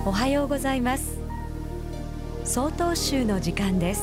おはようございます。総統集の時間です。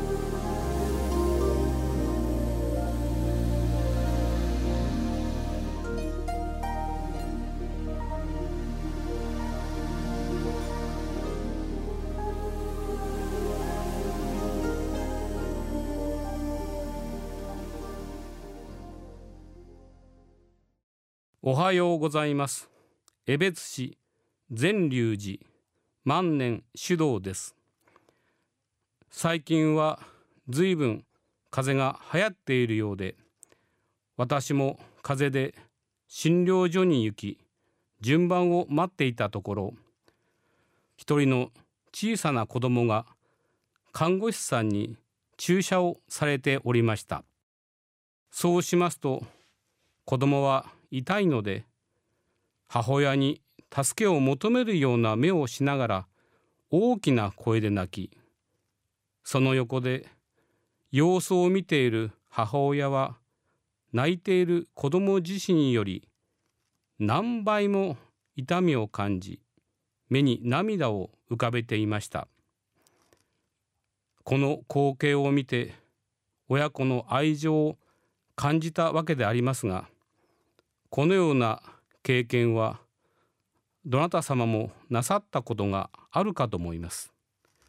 おはようございます。江別市善隆寺万年主導です。最近は随分風邪が流行っているようで、私も風邪で診療所に行き、順番を待っていたところ、一人の小さな子供が看護師さんに注射をされておりました。そうしますと、子供は痛いので、母親に助けを求めるような目をしながら大きな声で泣き、その横で様子を見ている母親は泣いている子供自身より何倍も痛みを感じ、目に涙を浮かべていました。この光景を見て親子の愛情を感じたわけでありますが、このような経験はどなた様もなさったことがあるかと思います。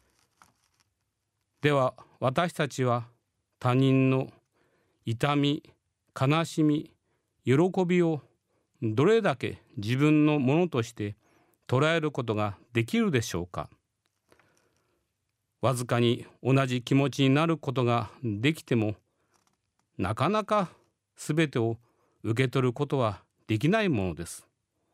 では私たちは他人の痛み、悲しみ、喜びをどれだけ自分のものとして捉えることができるでしょうか。わずかに同じ気持ちになることができても、なかなかすべてを受け取ることはできないものです。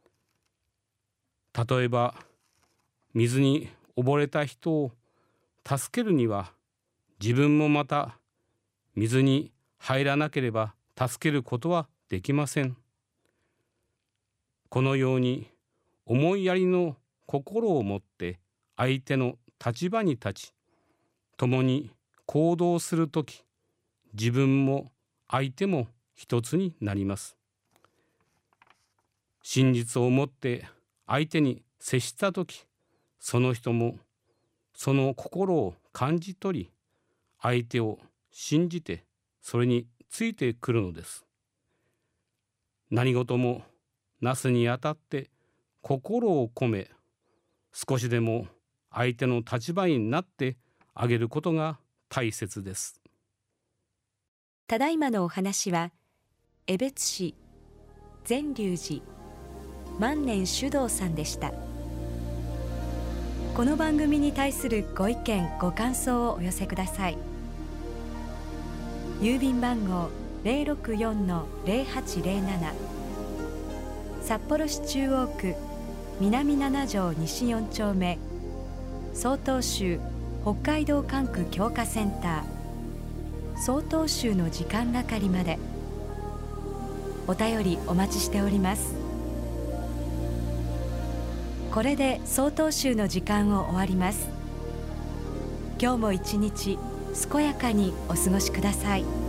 例えば、水に溺れた人を助けるには、自分もまた水に入らなければ助けることはできません。このように思いやりの心を持って相手の立場に立ち、共に行動するとき、自分も相手も一つになります。真実をもって相手に接したとき、その人もその心を感じ取り、相手を信じてそれについてくるのです。何事もなすにあたって心を込め、少しでも相手の立場になってあげることが大切です。 ただいまのお話は、江別市善隆寺万年主導さんでした。この番組に対するご意見ご感想をお寄せください。郵便番号 064-0807 札幌市中央区南7条西4丁目、総統集北海道管区強化センター総統集の時間係まで。お便りお待ちしております。これで総統集の時間を終わります。今日も一日健やかにお過ごしください。